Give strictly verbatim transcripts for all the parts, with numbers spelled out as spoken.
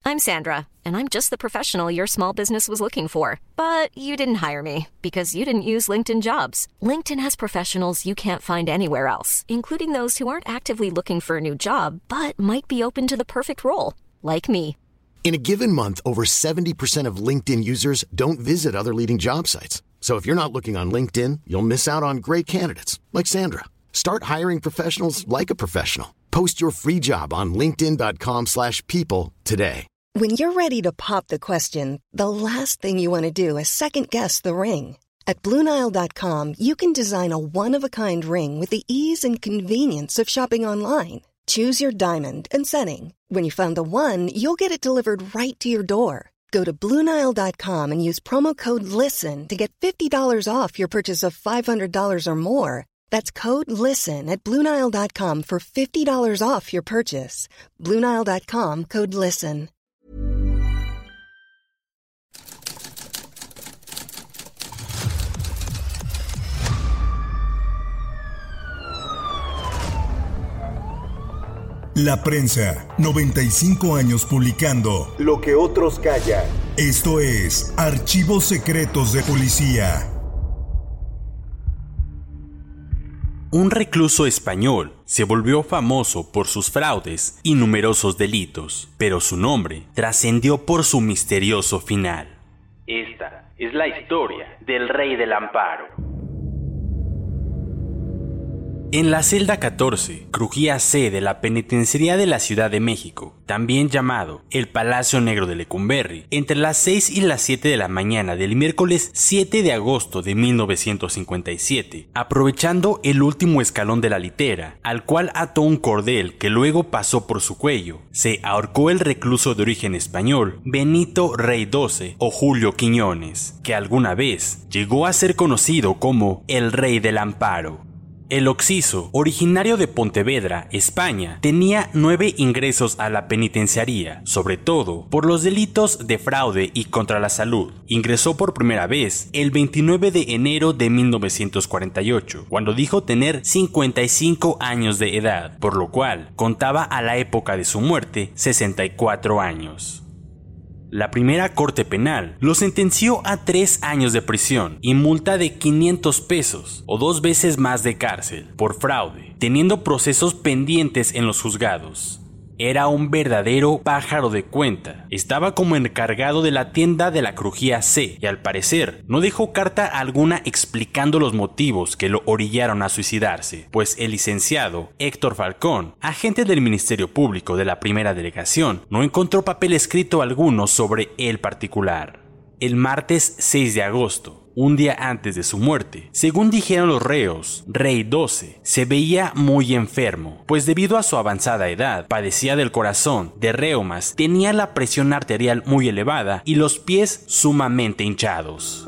I'm Sandra, and I'm just the professional your small business was looking for. But you didn't hire me because you didn't use LinkedIn Jobs. LinkedIn has professionals you can't find anywhere else, including those who aren't actively looking for a new job, but might be open to the perfect role, like me. In a given month, over seventy percent of LinkedIn users don't visit other leading job sites. So if you're not looking on LinkedIn, you'll miss out on great candidates like Sandra. Start hiring professionals like a professional. Post your free job on linkedin dot com slash people today. When you're ready to pop the question, the last thing you want to do is second-guess the ring. At Blue Nile dot com, you can design a one-of-a-kind ring with the ease and convenience of shopping online. Choose your diamond and setting. When you find the one, you'll get it delivered right to your door. Go to Blue Nile dot com and use promo code LISTEN to get fifty dollars off your purchase of five hundred dollars or more. That's code LISTEN at Blue Nile dot com for fifty dollars off your purchase. Blue Nile dot com, code LISTEN. La prensa, noventa y cinco años publicando lo que otros callan. Esto es Archivos Secretos de Policía. Un recluso español se volvió famoso por sus fraudes y numerosos delitos, pero su nombre trascendió por su misterioso final. Esta es la historia del Rey del Amparo. En la celda catorce, crujía C de la penitenciaría de la Ciudad de México, también llamado el Palacio Negro de Lecumberri, entre las seis y las siete de la mañana del miércoles siete de agosto de mil novecientos cincuenta y siete, aprovechando el último escalón de la litera, al cual ató un cordel que luego pasó por su cuello, se ahorcó el recluso de origen español Benito Rey doce o Julio Quiñones, que alguna vez llegó a ser conocido como el Rey del Amparo. El occiso, originario de Pontevedra, España, tenía nueve ingresos a la penitenciaría, sobre todo por los delitos de fraude y contra la salud. Ingresó por primera vez el veintinueve de enero de mil novecientos cuarenta y ocho, cuando dijo tener cincuenta y cinco años de edad, por lo cual contaba a la época de su muerte sesenta y cuatro años. La primera corte penal lo sentenció a tres años de prisión y multa de quinientos pesos o dos veces más de cárcel por fraude, teniendo procesos pendientes en los juzgados. Era un verdadero pájaro de cuenta. Estaba como encargado de la tienda de la crujía C y al parecer no dejó carta alguna explicando los motivos que lo orillaron a suicidarse, pues el licenciado Héctor Falcón, agente del Ministerio Público de la Primera Delegación, no encontró papel escrito alguno sobre el particular. El martes seis de agosto, un día antes de su muerte, según dijeron los reos, Rey doce se veía muy enfermo, pues debido a su avanzada edad, padecía del corazón, de reumas, tenía la presión arterial muy elevada y los pies sumamente hinchados.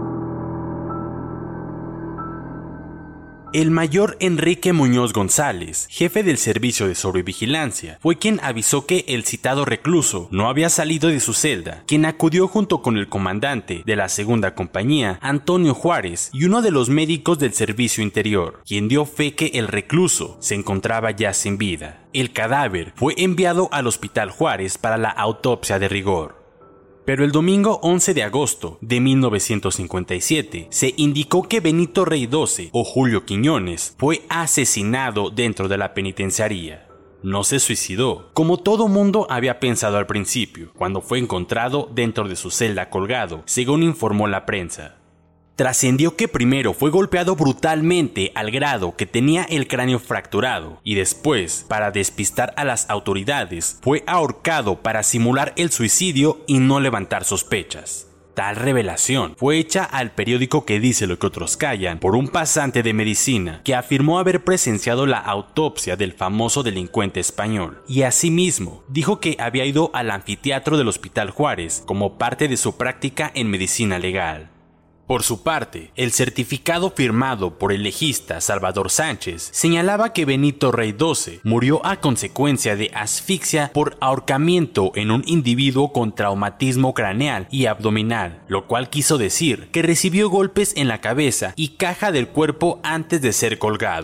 El mayor Enrique Muñoz González, jefe del servicio de sobrevigilancia, fue quien avisó que el citado recluso no había salido de su celda, quien acudió junto con el comandante de la segunda compañía, Antonio Juárez, y uno de los médicos del servicio interior, quien dio fe que el recluso se encontraba ya sin vida. El cadáver fue enviado al Hospital Juárez para la autopsia de rigor. Pero el domingo once de agosto de mil novecientos cincuenta y siete se indicó que Benito Rey doce o Julio Quiñones fue asesinado dentro de la penitenciaría. No se suicidó, como todo mundo había pensado al principio, cuando fue encontrado dentro de su celda colgado, según informó la prensa. Trascendió que primero fue golpeado brutalmente al grado que tenía el cráneo fracturado y después, para despistar a las autoridades, fue ahorcado para simular el suicidio y no levantar sospechas. Tal revelación fue hecha al periódico Que Dice Lo Que Otros Callan por un pasante de medicina que afirmó haber presenciado la autopsia del famoso delincuente español y asimismo dijo que había ido al anfiteatro del Hospital Juárez como parte de su práctica en medicina legal. Por su parte, el certificado firmado por el legista Salvador Sánchez señalaba que Benito Rey doce murió a consecuencia de asfixia por ahorcamiento en un individuo con traumatismo craneal y abdominal, lo cual quiso decir que recibió golpes en la cabeza y caja del cuerpo antes de ser colgado.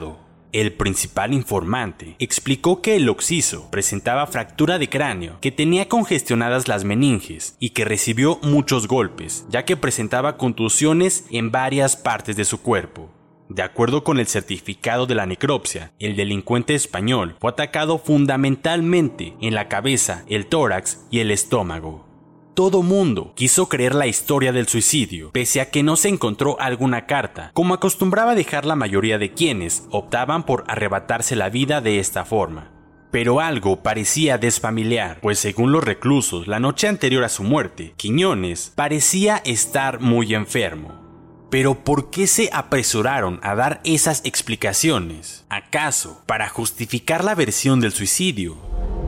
El principal informante explicó que el occiso presentaba fractura de cráneo, que tenía congestionadas las meninges y que recibió muchos golpes, ya que presentaba contusiones en varias partes de su cuerpo. De acuerdo con el certificado de la necropsia, el delincuente español fue atacado fundamentalmente en la cabeza, el tórax y el estómago. Todo mundo quiso creer la historia del suicidio, pese a que no se encontró alguna carta, como acostumbraba dejar la mayoría de quienes optaban por arrebatarse la vida de esta forma. Pero algo parecía desfamiliar, pues según los reclusos, la noche anterior a su muerte, Quiñones parecía estar muy enfermo. Pero ¿por qué se apresuraron a dar esas explicaciones? ¿Acaso para justificar la versión del suicidio?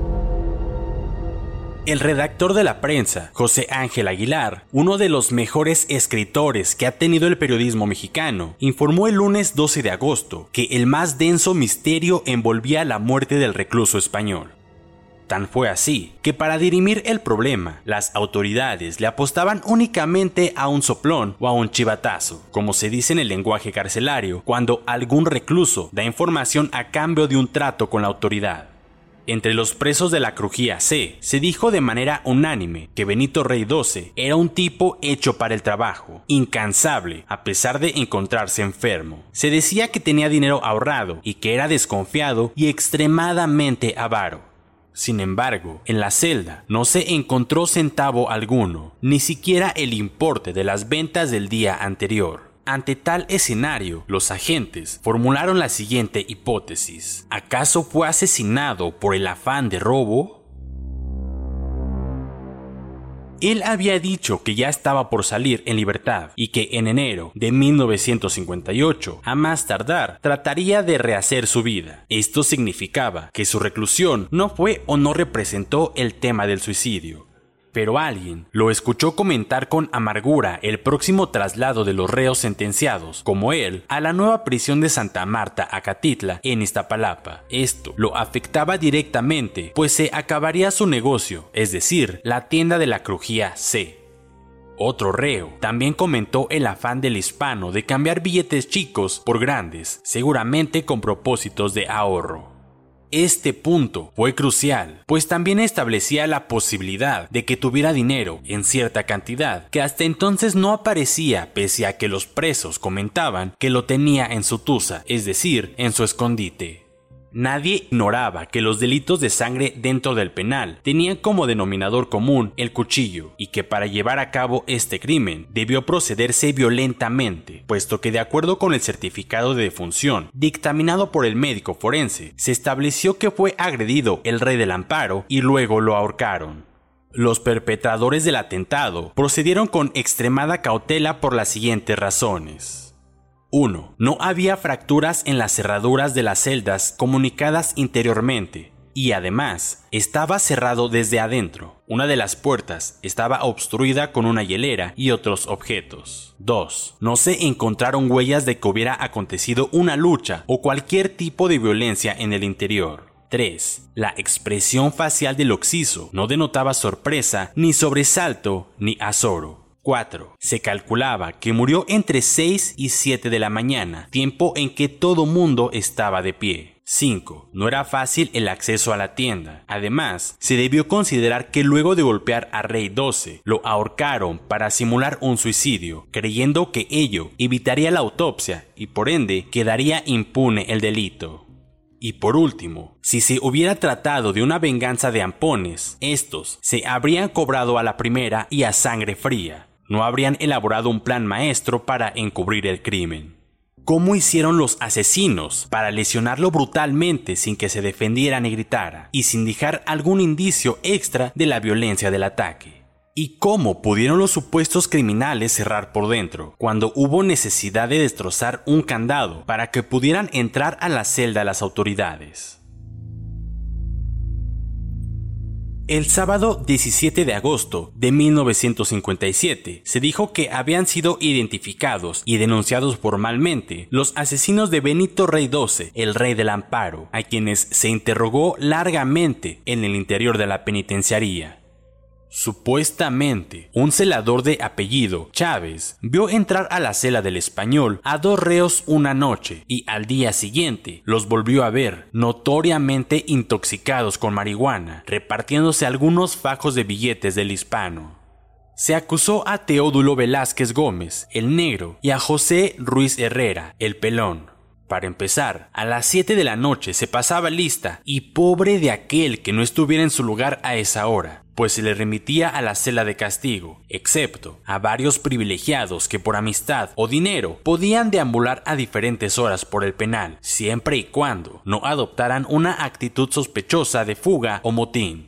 El redactor de la prensa, José Ángel Aguilar, uno de los mejores escritores que ha tenido el periodismo mexicano, informó el lunes doce de agosto que el más denso misterio envolvía la muerte del recluso español. Tan fue así que para dirimir el problema, las autoridades le apostaban únicamente a un soplón o a un chivatazo, como se dice en el lenguaje carcelario, cuando algún recluso da información a cambio de un trato con la autoridad. Entre los presos de la Crujía C, se dijo de manera unánime que Benito Rey doce era un tipo hecho para el trabajo, incansable a pesar de encontrarse enfermo. Se decía que tenía dinero ahorrado y que era desconfiado y extremadamente avaro. Sin embargo, en la celda no se encontró centavo alguno, ni siquiera el importe de las ventas del día anterior. Ante tal escenario, los agentes formularon la siguiente hipótesis: ¿acaso fue asesinado por el afán de robo? Él había dicho que ya estaba por salir en libertad y que en enero de mil novecientos cincuenta y ocho, a más tardar, trataría de rehacer su vida. Esto significaba que su reclusión no fue o no representó el tema del suicidio. Pero alguien lo escuchó comentar con amargura el próximo traslado de los reos sentenciados, como él, a la nueva prisión de Santa Marta, Acatitla, en Iztapalapa. Esto lo afectaba directamente, pues se acabaría su negocio, es decir, la tienda de la Crujía C. Otro reo también comentó el afán del hispano de cambiar billetes chicos por grandes, seguramente con propósitos de ahorro. Este punto fue crucial, pues también establecía la posibilidad de que tuviera dinero en cierta cantidad, que hasta entonces no aparecía pese a que los presos comentaban que lo tenía en su tusa, es decir, en su escondite. Nadie ignoraba que los delitos de sangre dentro del penal tenían como denominador común el cuchillo y que para llevar a cabo este crimen debió procederse violentamente, puesto que de acuerdo con el certificado de defunción dictaminado por el médico forense, se estableció que fue agredido el Rey del Amparo y luego lo ahorcaron. Los perpetradores del atentado procedieron con extremada cautela por las siguientes razones. uno. No había fracturas en las cerraduras de las celdas comunicadas interiormente y además estaba cerrado desde adentro. Una de las puertas estaba obstruida con una hielera y otros objetos. dos. No se encontraron huellas de que hubiera acontecido una lucha o cualquier tipo de violencia en el interior. tres. La expresión facial del occiso no denotaba sorpresa, ni sobresalto, ni azoro. cuatro. Se calculaba que murió entre seis y siete de la mañana, tiempo en que todo mundo estaba de pie. cinco. No era fácil el acceso a la tienda. Además, se debió considerar que luego de golpear a Rey doce, lo ahorcaron para simular un suicidio, creyendo que ello evitaría la autopsia y por ende quedaría impune el delito. Y por último, si se hubiera tratado de una venganza de ampones, estos se habrían cobrado a la primera y a sangre fría. No habrían elaborado un plan maestro para encubrir el crimen. ¿Cómo hicieron los asesinos para lesionarlo brutalmente sin que se defendiera ni gritara, y sin dejar algún indicio extra de la violencia del ataque? ¿Y cómo pudieron los supuestos criminales cerrar por dentro, cuando hubo necesidad de destrozar un candado para que pudieran entrar a la celda las autoridades? El sábado diecisiete de agosto de mil novecientos cincuenta y siete se dijo que habían sido identificados y denunciados formalmente los asesinos de Benito Rey doce, el Rey del Amparo, a quienes se interrogó largamente en el interior de la penitenciaría. Supuestamente, un celador de apellido Chávez vio entrar a la celda del Español a dos reos una noche y al día siguiente los volvió a ver notoriamente intoxicados con marihuana, repartiéndose algunos fajos de billetes del Hispano. Se acusó a Teodulo Velázquez Gómez, el Negro, y a José Ruiz Herrera, el Pelón. Para empezar, a las siete de la noche se pasaba lista y pobre de aquel que no estuviera en su lugar a esa hora, pues se le remitía a la celda de castigo, excepto a varios privilegiados que por amistad o dinero podían deambular a diferentes horas por el penal, siempre y cuando no adoptaran una actitud sospechosa de fuga o motín.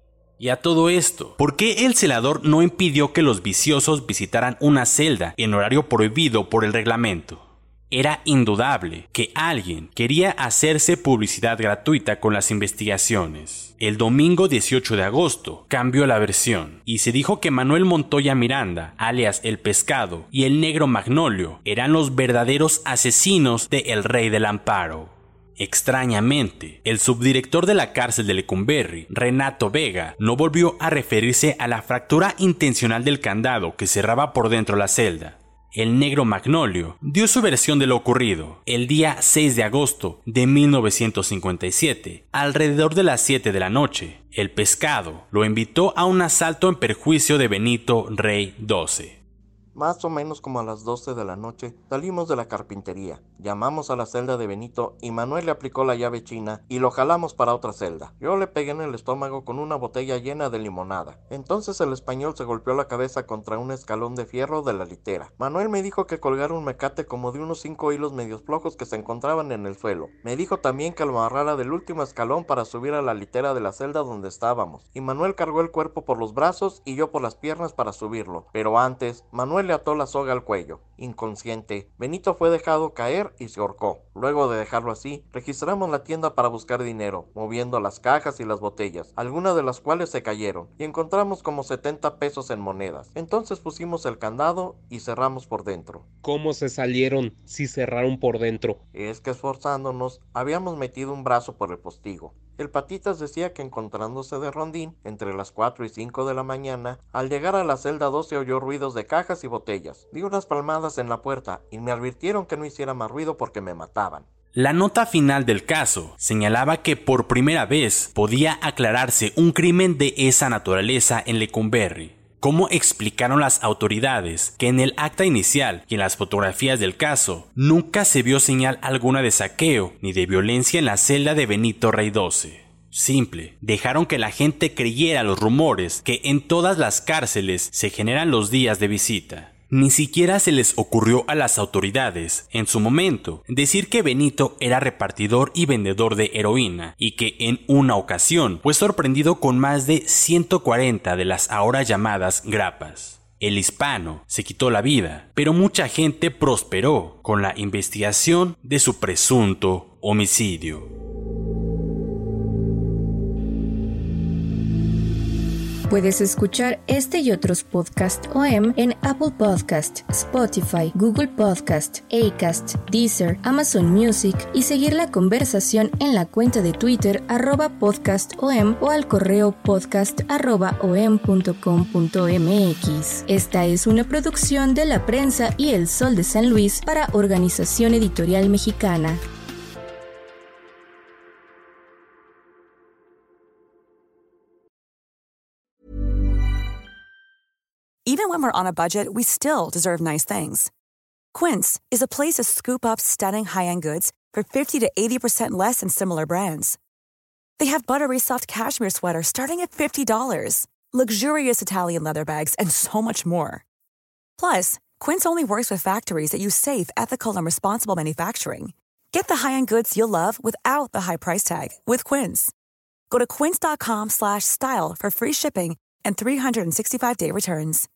Y a todo esto, ¿por qué el celador no impidió que los viciosos visitaran una celda en horario prohibido por el reglamento? Era indudable que alguien quería hacerse publicidad gratuita con las investigaciones. El domingo dieciocho de agosto cambió la versión y se dijo que Manuel Montoya Miranda, alias El Pescado, y el Negro Magnolio eran los verdaderos asesinos de El Rey del Amparo. Extrañamente, el subdirector de la cárcel de Lecumberri, Renato Vega, no volvió a referirse a la fractura intencional del candado que cerraba por dentro la celda. El Negro Magnolio dio su versión de lo ocurrido el día seis de agosto de mil novecientos cincuenta y siete, alrededor de las siete de la noche. El Pescado lo invitó a un asalto en perjuicio de Benito Rey doce. Más o menos como a las doce de la noche, salimos de la carpintería, llamamos a la celda de Benito y Manuel le aplicó la llave china y lo jalamos para otra celda. Yo le pegué en el estómago con una botella llena de limonada. Entonces el Español se golpeó la cabeza contra un escalón de fierro de la litera. Manuel me dijo que colgara un mecate como de unos cinco hilos medios flojos que se encontraban en el suelo. Me dijo también que lo amarrara del último escalón para subir a la litera de la celda donde estábamos. Y Manuel cargó el cuerpo por los brazos y yo por las piernas para subirlo. Pero antes, Manuel le ató la soga al cuello. Inconsciente, Benito fue dejado caer y se ahorcó. Luego de dejarlo así, registramos la tienda para buscar dinero, moviendo las cajas y las botellas, algunas de las cuales se cayeron, y encontramos como setenta pesos en monedas. Entonces pusimos el candado y cerramos por dentro. ¿Cómo se salieron si cerraron por dentro? Es que esforzándonos, habíamos metido un brazo por el postigo. El Patitas decía que encontrándose de rondín, entre las cuatro y cinco de la mañana, al llegar a la celda doce oyó ruidos de cajas y botellas. Di unas palmadas en la puerta y me advirtieron que no hiciera más ruido porque me mataban. La nota final del caso señalaba que por primera vez podía aclararse un crimen de esa naturaleza en Lecumberri. ¿Cómo explicaron las autoridades que en el acta inicial y en las fotografías del caso nunca se vio señal alguna de saqueo ni de violencia en la celda de Benito Rey doce? Simple, dejaron que la gente creyera los rumores que en todas las cárceles se generan los días de visita. Ni siquiera se les ocurrió a las autoridades, en su momento, decir que Benito era repartidor y vendedor de heroína y que en una ocasión fue sorprendido con más de ciento cuarenta de las ahora llamadas grapas. El Hispano se quitó la vida, pero mucha gente prosperó con la investigación de su presunto homicidio. Puedes escuchar este y otros podcasts O M en Apple Podcast, Spotify, Google Podcast, Acast, Deezer, Amazon Music y seguir la conversación en la cuenta de Twitter arroba podcastom o al correo podcast arroba om punto com punto mx. Esta es una producción de La Prensa y El Sol de San Luis para Organización Editorial Mexicana. Even when we're on a budget, we still deserve nice things. Quince is a place to scoop up stunning high-end goods for fifty to eighty percent less than similar brands. They have buttery soft cashmere sweaters starting at fifty dollars, luxurious Italian leather bags, and so much more. Plus, Quince only works with factories that use safe, ethical, and responsible manufacturing. Get the high-end goods you'll love without the high price tag with Quince. Go to quince dot com slash style for free shipping and three sixty-five day returns.